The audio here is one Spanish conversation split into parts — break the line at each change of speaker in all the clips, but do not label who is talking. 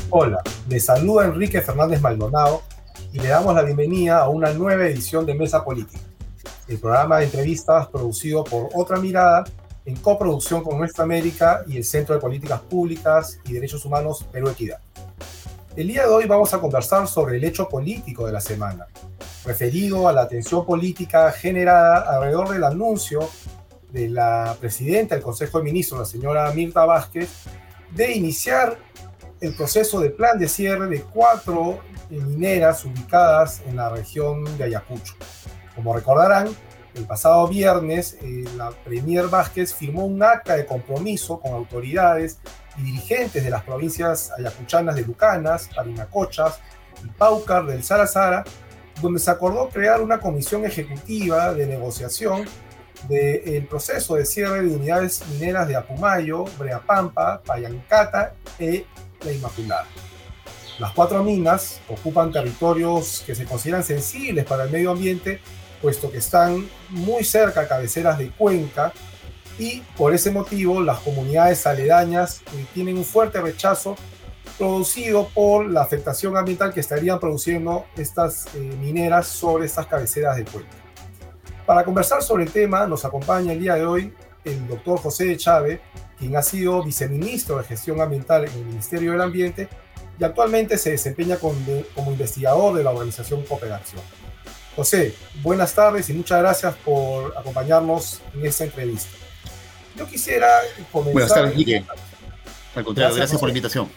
Hola, le saluda Enrique Fernández Maldonado y le damos la bienvenida a una nueva edición de Mesa Política, el programa de entrevistas producido por Otra Mirada en coproducción con Nuestra América y el Centro de Políticas Públicas y Derechos Humanos Perú Equidad. El día de hoy vamos a conversar sobre el hecho político de la semana, referido a la tensión política generada alrededor del anuncio de la presidenta del Consejo de Ministros, la señora Mirta Vázquez, de iniciar el proceso de plan de cierre de 4 mineras ubicadas en la región de Ayacucho. Como recordarán, el pasado viernes la premier Vázquez firmó un acta de compromiso con autoridades y dirigentes de las provincias ayacuchanas de Lucanas, Parinacochas y Paucar del Sara, donde se acordó crear una comisión ejecutiva de negociación del proceso de cierre de unidades mineras de Apumayo, Breapampa, Pallancata e La Inmaculada. Las 4 minas ocupan territorios que se consideran sensibles para el medio ambiente, puesto que están muy cerca a cabeceras de cuenca, y por ese motivo las comunidades aledañas tienen un fuerte rechazo producido por la afectación ambiental que estarían produciendo estas mineras sobre estas cabeceras de cuenca. Para conversar sobre el tema nos acompaña el día de hoy el doctor José Echave, quien ha sido viceministro de Gestión Ambiental en el Ministerio del Ambiente y actualmente se desempeña como investigador de la organización Cooperación. José, buenas tardes y muchas gracias por acompañarnos en esta entrevista. Yo quisiera comenzar...
Buenas tardes, Guille. Al contrario, gracias por la invitación.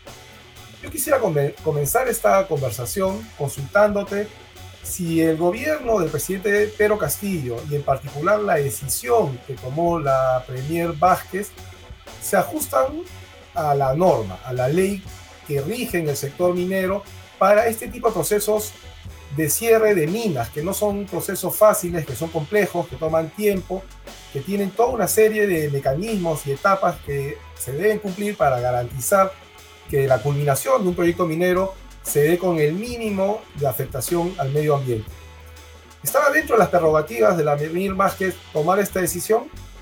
Yo quisiera comenzar esta conversación consultándote si el gobierno del presidente Pedro Castillo y en particular la decisión que tomó la premier Vázquez se ajustan a la norma, a la ley que rige en el sector minero para este tipo de procesos de cierre de minas, que no son procesos fáciles, que son complejos, que toman tiempo, que tienen toda una serie de mecanismos y etapas que se deben cumplir para garantizar que la culminación de un proyecto minero se dé con el mínimo de afectación al medio ambiente. ¿Estaba dentro de las prerrogativas de la premier Vázquez tomar esta decisión?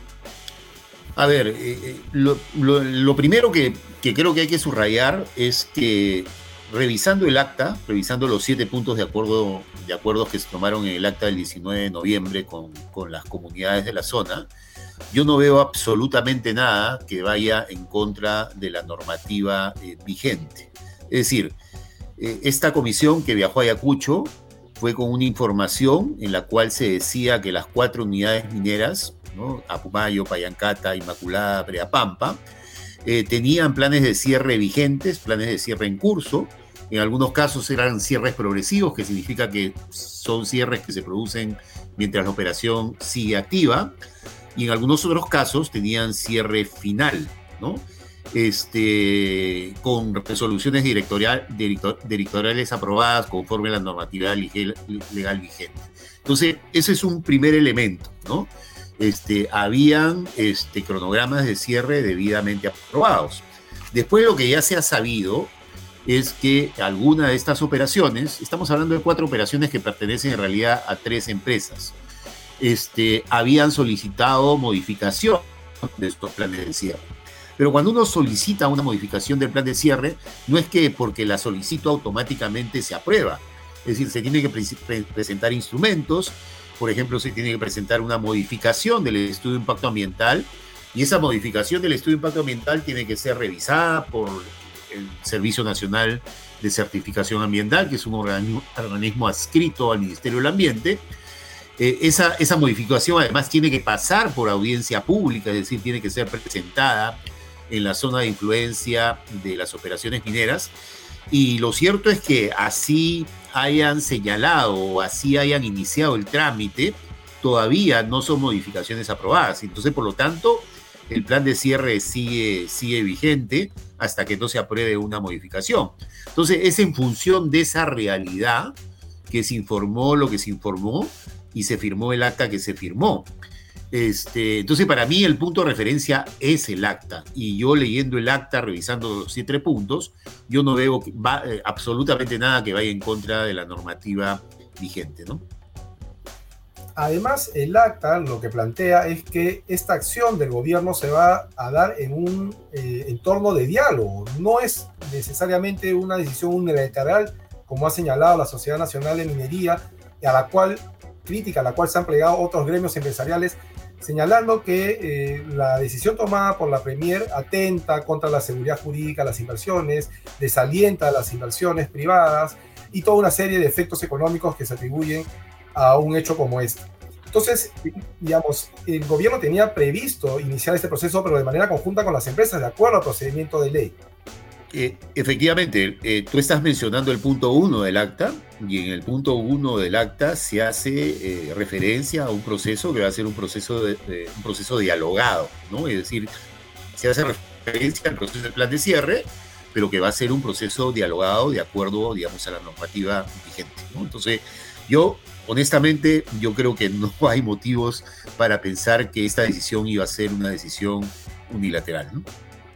A ver, lo primero que creo que hay que subrayar es que revisando el acta, revisando los 7 puntos de acuerdos que se tomaron en el acta del 19 de noviembre con las comunidades de la zona, yo no veo absolutamente nada que vaya en contra de la normativa vigente. Es decir, esta comisión que viajó a Ayacucho fue con una información en la cual se decía que las 4 unidades mineras, ¿no? Apumayo, Pallancata, Inmaculada, Breapampa, tenían planes de cierre vigentes, planes de cierre en curso. En algunos casos eran cierres progresivos, que significa que son cierres que se producen mientras la operación sigue activa, y en algunos otros casos tenían cierre final, ¿no? Con resoluciones directoriales aprobadas conforme a la normativa legal vigente. Entonces, ese es un primer elemento, ¿no? Habían cronogramas de cierre debidamente aprobados. Después, lo que ya se ha sabido es que alguna de estas operaciones, estamos hablando de 4 operaciones que pertenecen en realidad a 3 empresas, habían solicitado modificación de estos planes de cierre. Pero cuando uno solicita una modificación del plan de cierre, no es que porque la solicito automáticamente se aprueba. Es decir, se tiene que presentar instrumentos. Por ejemplo, se tiene que presentar una modificación del estudio de impacto ambiental, y esa modificación del estudio de impacto ambiental tiene que ser revisada por el Servicio Nacional de Certificación Ambiental, que es un organismo adscrito al Ministerio del Ambiente. Esa modificación además tiene que pasar por audiencia pública, es decir, tiene que ser presentada en la zona de influencia de las operaciones mineras, y lo cierto es que así hayan señalado o así hayan iniciado el trámite, todavía no son modificaciones aprobadas. Entonces, por lo tanto, el plan de cierre sigue vigente hasta que no se apruebe una modificación. Entonces, es en función de esa realidad que se informó lo que se informó y se firmó el acta que se firmó. Entonces, para mí el punto de referencia es el acta, y yo leyendo el acta, revisando los 7 puntos, yo no veo absolutamente nada que vaya en contra de la normativa vigente, ¿no?
Además, el acta lo que plantea es que esta acción del gobierno se va a dar en un entorno de diálogo. No es necesariamente una decisión unilateral, como ha señalado la Sociedad Nacional de Minería, a la cual se han plegado otros gremios empresariales, señalando que la decisión tomada por la Premier atenta contra la seguridad jurídica de las inversiones, desalienta las inversiones privadas y toda una serie de efectos económicos que se atribuyen a un hecho como este. Entonces, digamos, el gobierno tenía previsto iniciar este proceso, pero de manera conjunta con las empresas, de acuerdo al procedimiento de ley.
Efectivamente, tú estás mencionando el punto 1 del acta, y en el punto 1 del acta se hace referencia a un proceso que va a ser un proceso dialogado, ¿no? Es decir, se hace referencia al proceso del plan de cierre, pero que va a ser un proceso dialogado de acuerdo, digamos, a la normativa vigente, ¿no? Entonces, honestamente, yo creo que no hay motivos para pensar que esta decisión iba a ser una decisión unilateral, ¿no?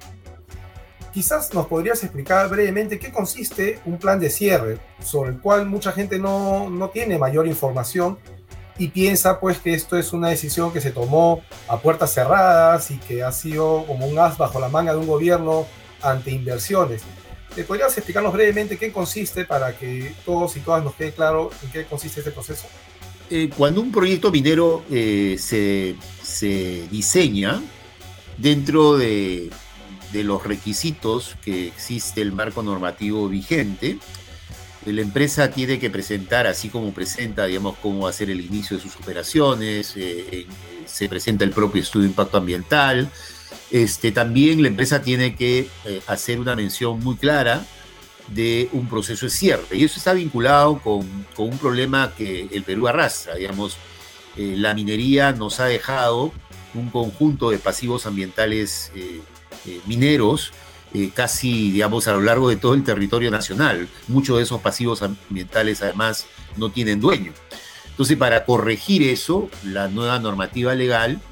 Quizás nos podrías explicar brevemente qué consiste un plan de cierre, sobre el cual mucha gente no tiene mayor información y piensa pues que esto es una decisión que se tomó a puertas cerradas y que ha sido como un as bajo la manga de un gobierno ante inversiones. ¿Podrías explicarnos brevemente qué consiste para que todos y todas nos quede claro en qué consiste este proceso?
Cuando un proyecto minero se diseña dentro de los requisitos que existe el marco normativo vigente, la empresa tiene que presentar, así como presenta, digamos, cómo va a ser el inicio de sus operaciones, se presenta el propio estudio de impacto ambiental. También la empresa tiene que hacer una mención muy clara de un proceso de cierre. Y eso está vinculado con un problema que el Perú arrastra. Digamos, la minería nos ha dejado un conjunto de pasivos ambientales mineros casi, digamos, a lo largo de todo el territorio nacional. Muchos de esos pasivos ambientales, además, no tienen dueño. Entonces, para corregir eso, la nueva normativa legal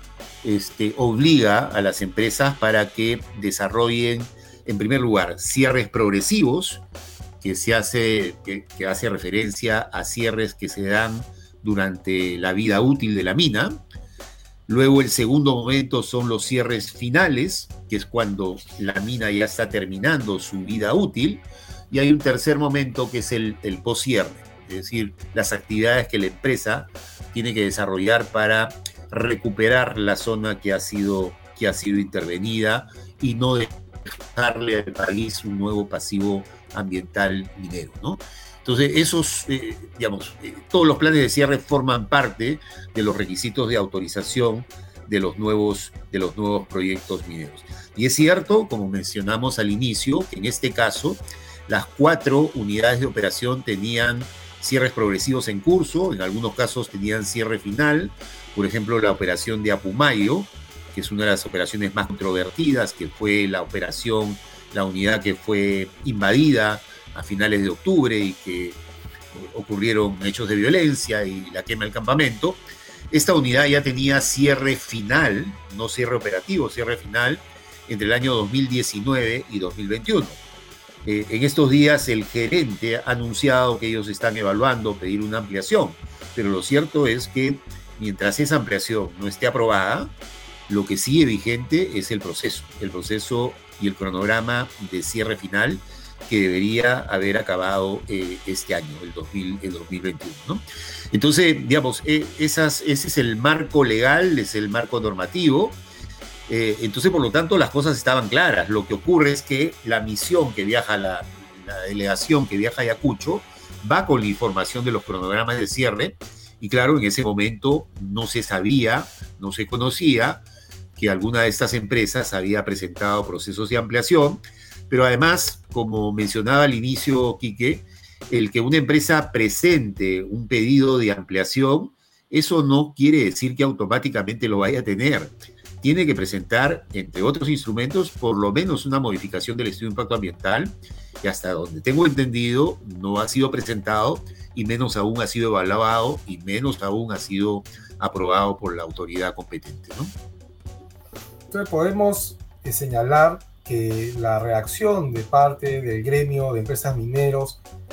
obliga a las empresas para que desarrollen, en primer lugar, cierres progresivos, que hace referencia a cierres que se dan durante la vida útil de la mina. Luego el segundo momento son los cierres finales, que es cuando la mina ya está terminando su vida útil. Y hay un tercer momento que es el post-cierre, es decir, las actividades que la empresa tiene que desarrollar para recuperar la zona que ha sido intervenida y no dejarle al país un nuevo pasivo ambiental minero, ¿no? Entonces, todos los planes de cierre forman parte de los requisitos de autorización de los nuevos proyectos mineros. Y es cierto, como mencionamos al inicio, que en este caso las 4 unidades de operación tenían cierres progresivos en curso, en algunos casos tenían cierre final. Por ejemplo, la operación de Apumayo, que es una de las operaciones más controvertidas, que fue la unidad que fue invadida a finales de octubre y que ocurrieron hechos de violencia y la quema del campamento. Esta unidad ya tenía cierre final, no cierre operativo, cierre final entre el año 2019 y 2021. En estos días el gerente ha anunciado que ellos están evaluando pedir una ampliación, pero lo cierto es que mientras esa ampliación no esté aprobada, lo que sigue vigente es el proceso y el cronograma de cierre final que debería haber acabado este año, el 2021, ¿no? Entonces, digamos, ese es el marco legal, es el marco normativo. Entonces, por lo tanto, las cosas estaban claras. Lo que ocurre es que la misión que viaja, la delegación que viaja a Ayacucho, va con la información de los cronogramas de cierre, y claro, en ese momento no se sabía, no se conocía que alguna de estas empresas había presentado procesos de ampliación, pero además, como mencionaba al inicio Quique, el que una empresa presente un pedido de ampliación, eso no quiere decir que automáticamente lo vaya a tener. Tiene que presentar, entre otros instrumentos, por lo menos una modificación del estudio de impacto ambiental, que hasta donde tengo entendido no ha sido presentado, y menos aún ha sido evaluado, y menos aún ha sido aprobado por la autoridad competente, ¿no?
Entonces podemos señalar que la reacción de parte del gremio de empresas mineros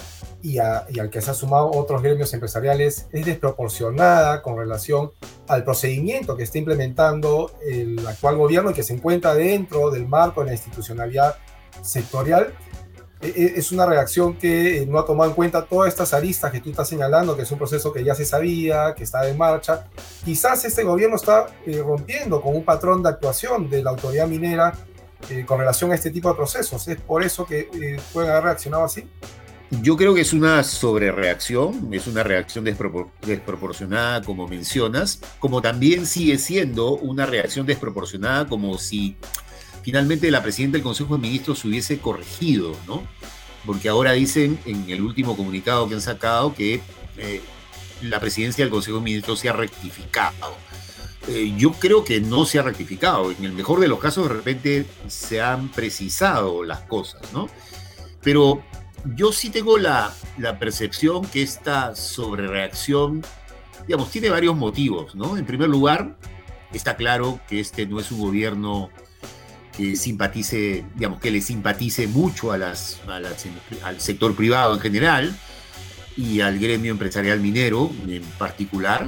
y al que se han sumado otros gremios empresariales es desproporcionada con relación al procedimiento que está implementando el actual gobierno y que se encuentra dentro del marco de la institucionalidad sectorial. Es una reacción que no ha tomado en cuenta todas estas aristas que tú estás señalando, que es un proceso que ya se sabía, que está en marcha. Quizás este gobierno está rompiendo con un patrón de actuación de la autoridad minera con relación a este tipo de procesos. ¿Es por eso que pueden haber reaccionado así?
Yo creo que es una sobrereacción, es una reacción desproporcionada, como mencionas, como también sigue siendo una reacción desproporcionada como si finalmente la presidenta del Consejo de Ministros se hubiese corregido, ¿no? Porque ahora dicen en el último comunicado que han sacado que la presidencia del Consejo de Ministros se ha rectificado. Yo creo que no se ha rectificado. En el mejor de los casos, de repente, se han precisado las cosas, ¿no? Pero yo sí tengo la percepción que esta sobrereacción, digamos, tiene varios motivos, ¿no? En primer lugar, está claro que este no es un gobierno que simpatice, digamos, que le simpatice mucho al sector privado en general y al gremio empresarial minero en particular.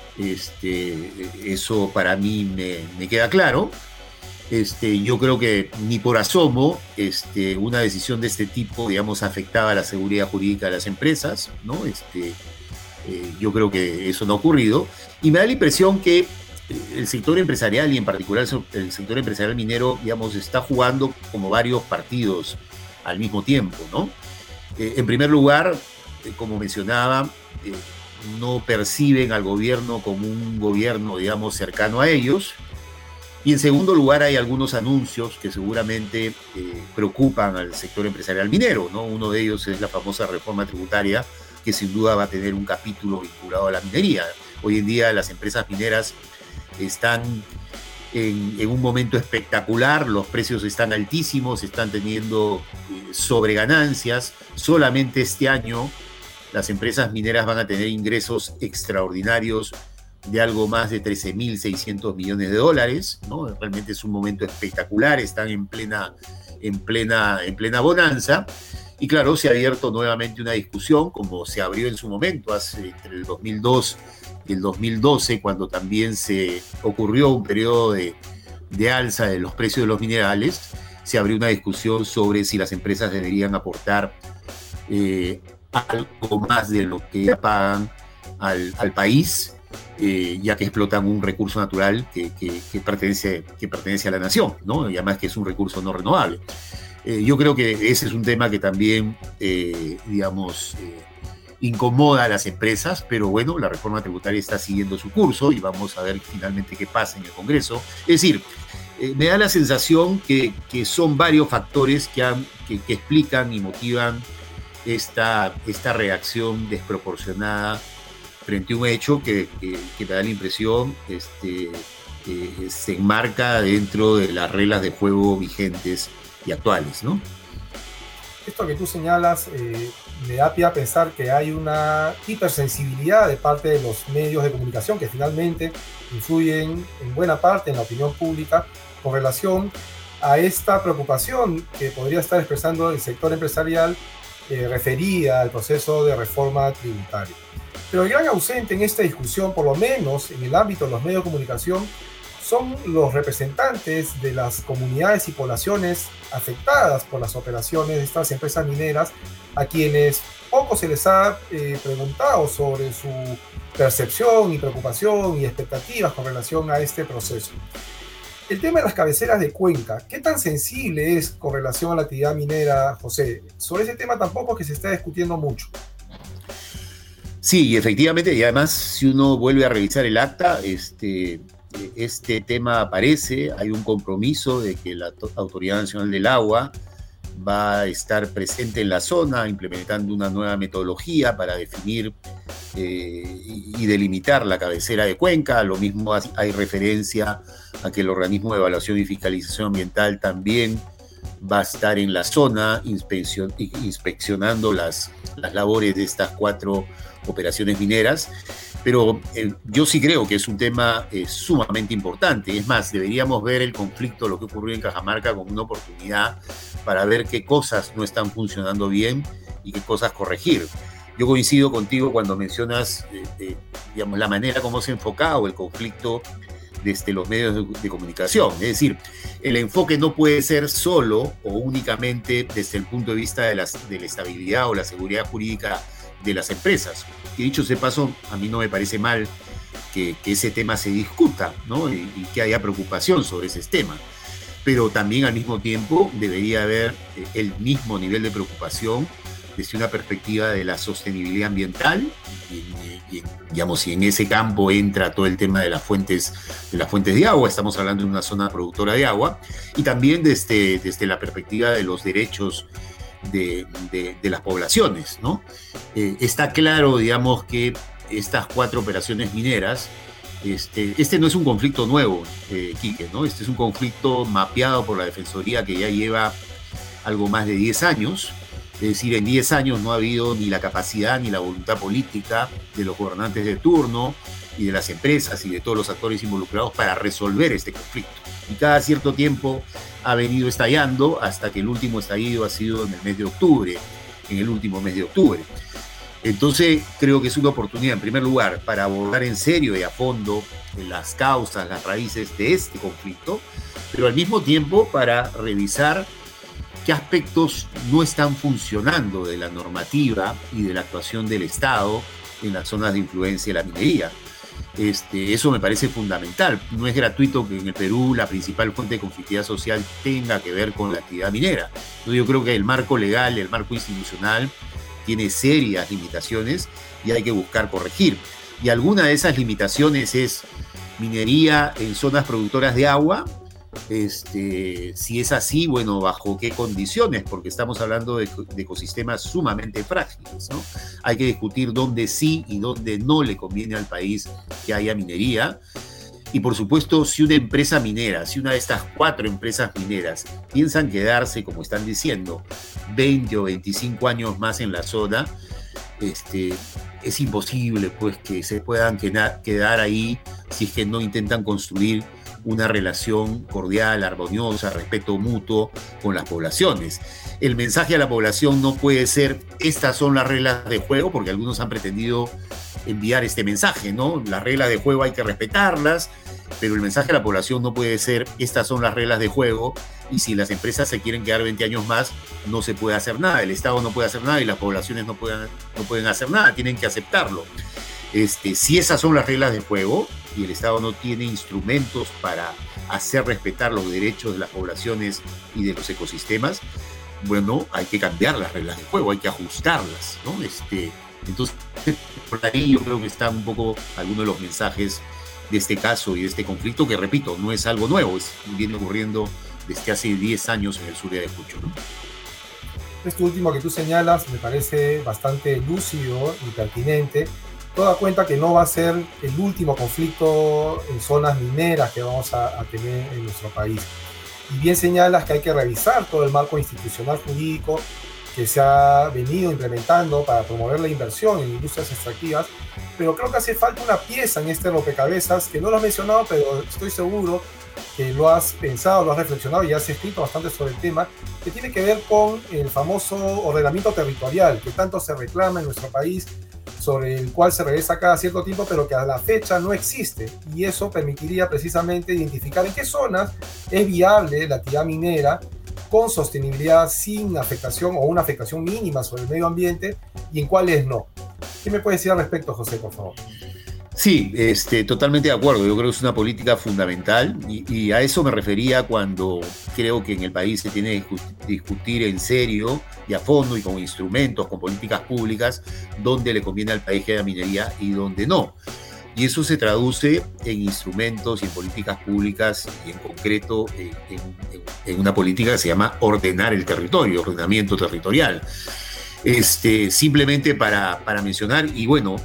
Eso para mí me queda claro. Yo creo que ni por asomo una decisión de este tipo, digamos, afectaba la seguridad jurídica de las empresas, ¿no? Yo creo que eso no ha ocurrido. Y me da la impresión que el sector empresarial y en particular el sector empresarial minero, digamos, está jugando como varios partidos al mismo tiempo, ¿no? En primer lugar, como mencionaba, no perciben al gobierno como un gobierno, digamos, cercano a ellos. Y en segundo lugar, hay algunos anuncios que seguramente preocupan al sector empresarial minero, ¿no? Uno de ellos es la famosa reforma tributaria, que sin duda va a tener un capítulo vinculado a la minería. Hoy en día las empresas mineras están en un momento espectacular, los precios están altísimos, están teniendo sobreganancias. Solamente este año las empresas mineras van a tener ingresos extraordinarios de algo más de 13.600 millones de dólares, ¿no? Realmente es un momento espectacular, están en plena bonanza. Y claro, se ha abierto nuevamente una discusión, como se abrió en su momento, entre el 2002 y el 2012, cuando también se ocurrió un periodo de alza de los precios de los minerales. Se abrió una discusión sobre si las empresas deberían aportar algo más de lo que ya pagan al país, ya que explotan un recurso natural que pertenece a la nación, ¿no? Y además que es un recurso no renovable. Yo creo que ese es un tema que también, incomoda a las empresas, pero bueno, la reforma tributaria está siguiendo su curso y vamos a ver finalmente qué pasa en el Congreso. Es decir, me da la sensación que son varios factores que explican y motivan esta reacción desproporcionada frente a un hecho que me da la impresión se enmarca dentro de las reglas de juego vigentes y actuales, ¿no?
Esto que tú señalas me da pie a pensar que hay una hipersensibilidad de parte de los medios de comunicación que finalmente influyen en buena parte en la opinión pública con relación a esta preocupación que podría estar expresando el sector empresarial referida al proceso de reforma tributaria. Pero el gran ausente en esta discusión, por lo menos en el ámbito de los medios de comunicación, son los representantes de las comunidades y poblaciones afectadas por las operaciones de estas empresas mineras, a quienes poco se les ha preguntado sobre su percepción y preocupación y expectativas con relación a este proceso. El tema de las cabeceras de cuenca, ¿qué tan sensible es con relación a la actividad minera, José? Sobre ese tema tampoco es que se está discutiendo mucho.
Sí, efectivamente, y además si uno vuelve a revisar el acta, este tema aparece, hay un compromiso de que la Autoridad Nacional del Agua va a estar presente en la zona, implementando una nueva metodología para definir y delimitar la cabecera de cuenca. Lo mismo hay referencia a que el organismo de evaluación y fiscalización ambiental también va a estar en la zona inspeccionando las labores de estas 4 operaciones mineras. Pero yo sí creo que es un tema sumamente importante. Es más, deberíamos ver el conflicto, lo que ocurrió en Cajamarca, como una oportunidad para ver qué cosas no están funcionando bien y qué cosas corregir. Yo coincido contigo cuando mencionas digamos, la manera como se ha enfocado el conflicto desde los medios de comunicación. Es decir, el enfoque no puede ser solo o únicamente desde el punto de vista de la estabilidad o la seguridad jurídica de las empresas. Y dicho ese paso, a mí no me parece mal que ese tema se discuta, ¿no? Y que haya preocupación sobre ese tema. Pero también al mismo tiempo debería haber el mismo nivel de preocupación desde una perspectiva de la sostenibilidad ambiental digamos, y en ese campo entra todo el tema de las fuentes de agua. Estamos hablando de una zona productora de agua, y también desde la perspectiva de los derechos de las poblaciones, ¿no? Está claro, digamos, que estas 4 operaciones mineras, este no es un conflicto nuevo, Quique, ¿no? Este es un conflicto mapeado por la Defensoría que ya lleva algo más de 10 años. Es decir, en 10 años no ha habido ni la capacidad ni la voluntad política de los gobernantes de turno y de las empresas y de todos los actores involucrados para resolver este conflicto. Y cada cierto tiempo ha venido estallando hasta que el último estallido ha sido en el mes de octubre, en el último mes de octubre. Entonces, creo que es una oportunidad, en primer lugar, para abordar en serio y a fondo las causas, las raíces de este conflicto, pero al mismo tiempo para revisar qué aspectos no están funcionando de la normativa y de la actuación del Estado en las zonas de influencia de la minería. Eso me parece fundamental. No es gratuito que en el Perú la principal fuente de conflictividad social tenga que ver con la actividad minera. Entonces yo creo que el marco legal, el marco institucional, tiene serias limitaciones y hay que buscar corregir. Y alguna de esas limitaciones es minería en zonas productoras de agua. Si es así, bueno, ¿bajo qué condiciones? Porque estamos hablando de ecosistemas sumamente frágiles, ¿no? Hay que discutir dónde sí y dónde no le conviene al país que haya minería. Y por supuesto, si una empresa minera, si una de estas 4 empresas mineras piensan quedarse, como están diciendo, 20 o 25 años más en la zona, es imposible pues que se puedan quedar ahí si es que no intentan construir una relación cordial, armoniosa, respeto mutuo con las poblaciones. El mensaje a la población no puede ser: estas son las reglas de juego, porque algunos han pretendido enviar este mensaje, ¿no? Las reglas de juego hay que respetarlas, pero el mensaje a la población no puede ser: estas son las reglas de juego, y si las empresas se quieren quedar 20 años más, no se puede hacer nada, el Estado no puede hacer nada y las poblaciones no pueden hacer nada, tienen que aceptarlo. Si esas son las reglas de juego y el Estado no tiene instrumentos para hacer respetar los derechos de las poblaciones y de los ecosistemas, bueno, hay que cambiar las reglas de juego, hay que ajustarlas, ¿no? Entonces, por ahí yo creo que están un poco algunos de los mensajes de este caso y de este conflicto, que repito, no es algo nuevo, viene ocurriendo desde hace 10 años en el sur de Ayacucho, ¿no?
Esto último que tú señalas me parece bastante lúcido y pertinente, toda cuenta que no va a ser el último conflicto en zonas mineras que vamos a tener en nuestro país. Y bien señalas que hay que revisar todo el marco institucional jurídico que se ha venido implementando para promover la inversión en industrias extractivas, pero creo que hace falta una pieza en este rompecabezas que no lo has mencionado, pero estoy seguro que lo has pensado, lo has reflexionado y has escrito bastante sobre el tema, que tiene que ver con el famoso ordenamiento territorial que tanto se reclama en nuestro país, sobre el cual se regresa cada cierto tiempo, pero que a la fecha no existe. Y eso permitiría precisamente identificar en qué zonas es viable la actividad minera con sostenibilidad sin afectación o una afectación mínima sobre el medio ambiente y en cuáles no. ¿Qué me puedes decir al respecto, José, por favor?
Sí, totalmente de acuerdo. Yo creo que es una política fundamental y a eso me refería cuando creo que en el país se tiene que discutir en serio y a fondo y con instrumentos, con políticas públicas, dónde le conviene al país que haya minería y dónde no. Y eso se traduce en instrumentos y en políticas públicas y en concreto en una política que se llama ordenar el territorio, ordenamiento territorial. Simplemente para mencionar, y bueno,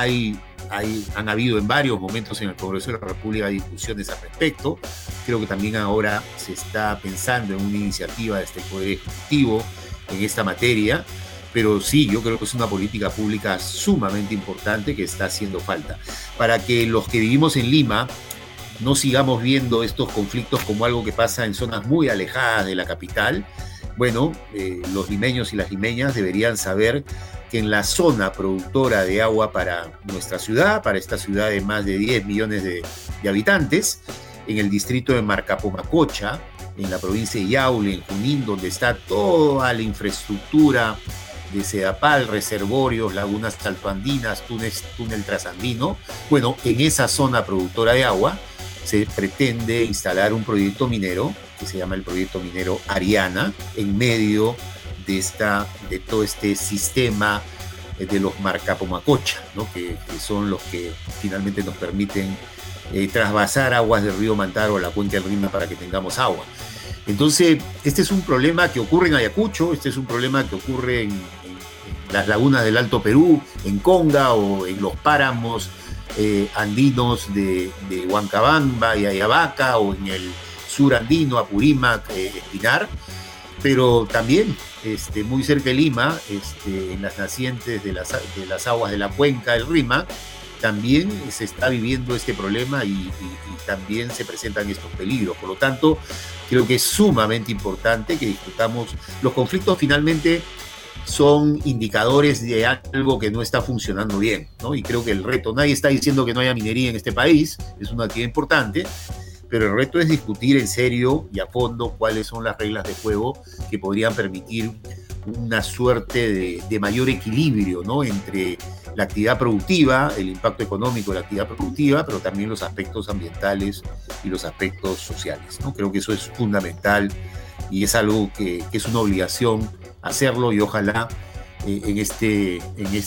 han habido en varios momentos en el Congreso de la República discusiones al respecto. Creo que también ahora se está pensando en una iniciativa desde el Poder Ejecutivo en esta materia, pero sí, yo creo que es una política pública sumamente importante que está haciendo falta para que los que vivimos en Lima no sigamos viendo estos conflictos como algo que pasa en zonas muy alejadas de la capital Bueno, los limeños y las limeñas deberían saber que en la zona productora de agua para nuestra ciudad, para esta ciudad de más de 10 millones de habitantes, en el distrito de Marcapomacocha, en la provincia de Yauli, en Junín, donde está toda la infraestructura de Sedapal, reservorios, lagunas altoandinas, túnel trasandino. Bueno, en esa zona productora de agua se pretende instalar un proyecto minero que se llama el proyecto minero Ariana, en medio de todo este sistema de los Marcapomacocha, ¿no? que son los que finalmente nos permiten trasvasar aguas del río Mantaro a la cuenca del Rímac para que tengamos agua. Entonces, este es un problema que ocurre en Ayacucho, este es un problema que ocurre en las lagunas del Alto Perú, en Conga o en los páramos andinos de Huancabamba y Ayabaca, o en el sur andino, Apurímac, Espinar, pero también muy cerca de Lima, en las nacientes de las aguas de la cuenca del Rímac, también se está viviendo este problema y también se presentan estos peligros. Por lo tanto, creo que es sumamente importante que discutamos. Los conflictos finalmente son indicadores de algo que no está funcionando bien, ¿no? Y creo que el reto, nadie está diciendo que no haya minería en este país, es una actividad importante, pero el reto es discutir en serio y a fondo cuáles son las reglas de juego que podrían permitir una suerte de mayor equilibrio, ¿no? Entre la actividad productiva, el impacto económico de la actividad productiva, pero también los aspectos ambientales y los aspectos sociales, ¿no? Creo que eso es fundamental y es algo que es una obligación hacerlo, y ojalá en este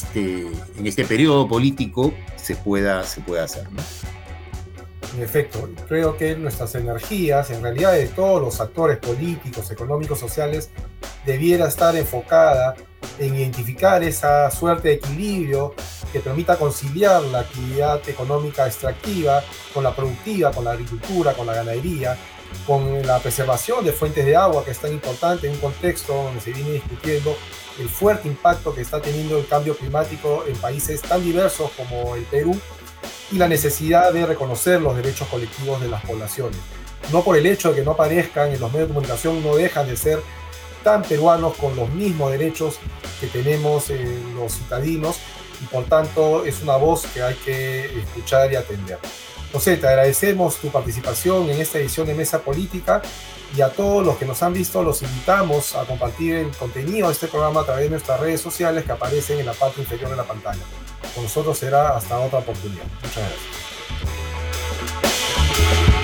periodo político se pueda hacer, ¿no?
En efecto, creo que nuestras energías, en realidad de todos los actores políticos, económicos, sociales, debiera estar enfocada en identificar esa suerte de equilibrio que permita conciliar la actividad económica extractiva con la productiva, con la agricultura, con la ganadería, con la preservación de fuentes de agua, que es tan importante en un contexto donde se viene discutiendo el fuerte impacto que está teniendo el cambio climático en países tan diversos como el Perú, y la necesidad de reconocer los derechos colectivos de las poblaciones. No por el hecho de que no aparezcan en los medios de comunicación, no dejan de ser tan peruanos con los mismos derechos que tenemos los citadinos, y por tanto es una voz que hay que escuchar y atender. José, te agradecemos tu participación en esta edición de Mesa Política, y a todos los que nos han visto los invitamos a compartir el contenido de este programa a través de nuestras redes sociales que aparecen en la parte inferior de la pantalla. Con nosotros será hasta otra oportunidad. Muchas gracias.